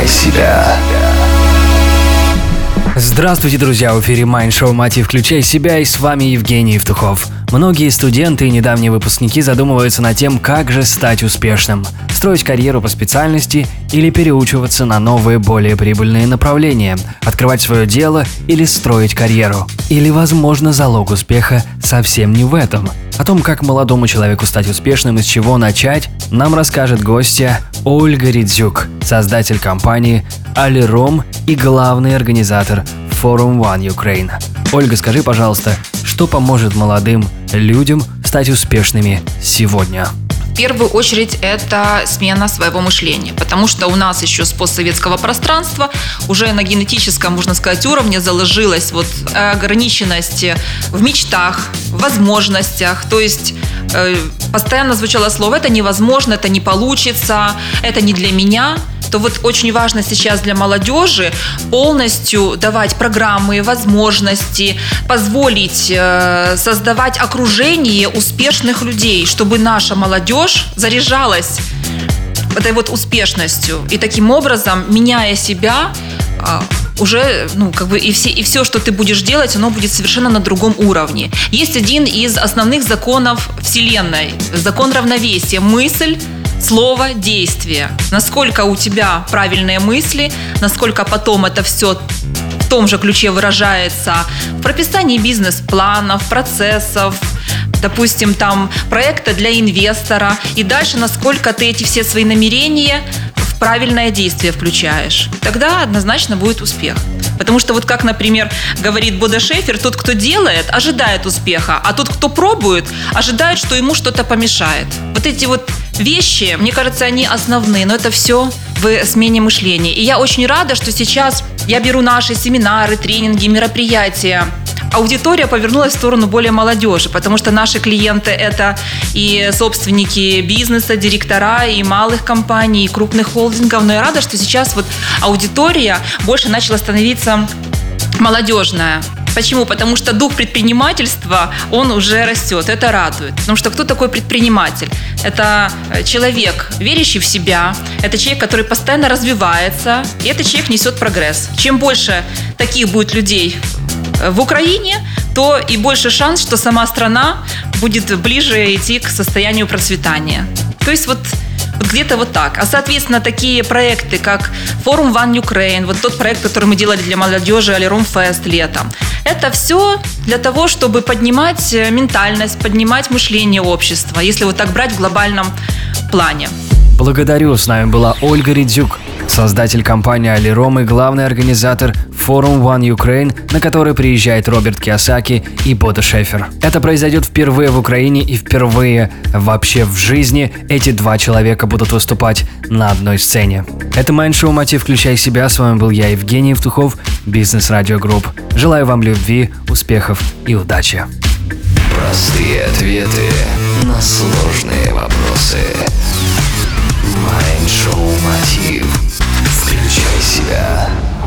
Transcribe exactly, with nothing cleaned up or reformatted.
Включай себя. Здравствуйте, друзья! В эфире Майнд-шоу «Мотив. Включай себя» и с вами Евгений Евтухов. Многие студенты и недавние выпускники задумываются над тем, как же стать успешным. Строить карьеру по специальности или переучиваться на новые, более прибыльные направления, открывать свое дело или строить карьеру. Или, возможно, залог успеха совсем не в этом. О том, как молодому человеку стать успешным и с чего начать, нам расскажет гостья Ольга Ридзюк, создатель компании Алиром и главный организатор Forum One Ukraine. Ольга, скажи, пожалуйста, что поможет молодым людям стать успешными сегодня? В первую очередь это смена своего мышления, потому что у нас еще с постсоветского пространства уже на генетическом, можно сказать, уровне заложилась вот ограниченность в мечтах, в возможностях, то есть э, постоянно звучало слово «это невозможно», «это не получится», «это не для меня». То вот очень важно сейчас для молодежи полностью давать программы, возможности, позволить э, создавать окружение успешных людей, чтобы наша молодежь заряжалась этой вот успешностью. И таким образом, меняя себя, э, уже, ну, как бы и все, и все, что ты будешь делать, оно будет совершенно на другом уровне. Есть один из основных законов Вселенной, закон равновесия. Мысль, слово, действие. Насколько у тебя правильные мысли, насколько потом это все в том же ключе выражается в прописании бизнес-планов, процессов, допустим, там проекта для инвестора, и дальше, насколько ты эти все свои намерения в правильное действие включаешь. Тогда однозначно будет успех. Потому что вот как, например, говорит Бодо Шефер, тот, кто делает, ожидает успеха, а тот, кто пробует, ожидает, что ему что-то помешает. Вот эти вот вещи, мне кажется, они основные, но это все в смене мышления. И я очень рада, что сейчас я беру наши семинары, тренинги, мероприятия. Аудитория повернулась в сторону более молодежи, потому что наши клиенты – это и собственники бизнеса, директора и малых компаний, и крупных холдингов. Но я рада, что сейчас вот аудитория больше начала становиться молодежная. Почему? Потому что дух предпринимательства, он уже растет. Это радует. Потому что кто такой предприниматель? Это человек, верящий в себя. Это человек, который постоянно развивается. И этот человек несет прогресс. Чем больше таких будет людей в Украине, то и больше шанс, что сама страна будет ближе идти к состоянию процветания. То есть вот Вот где-то вот так. А, соответственно, такие проекты, как Forum One Ukraine, вот тот проект, который мы делали для молодежи, Алиром Фест летом, это все для того, чтобы поднимать ментальность, поднимать мышление общества, если вот так брать в глобальном плане. Благодарю. С нами была Ольга Ридзюк, создатель компании Алиром и главный организатор Forum One Ukraine, на который приезжает Роберт Кийосаки и Бодо Шефер. Это произойдет впервые в Украине и впервые вообще в жизни эти два человека будут выступать на одной сцене. Это Майнд-шоу «Мотив. Включай себя». С вами был я, Евгений Евтухов, Бизнес Радио Групп. Желаю вам любви, успехов и удачи. Простые ответы на сложные вопросы. Майнд-шоу «Мотив». Включай себя.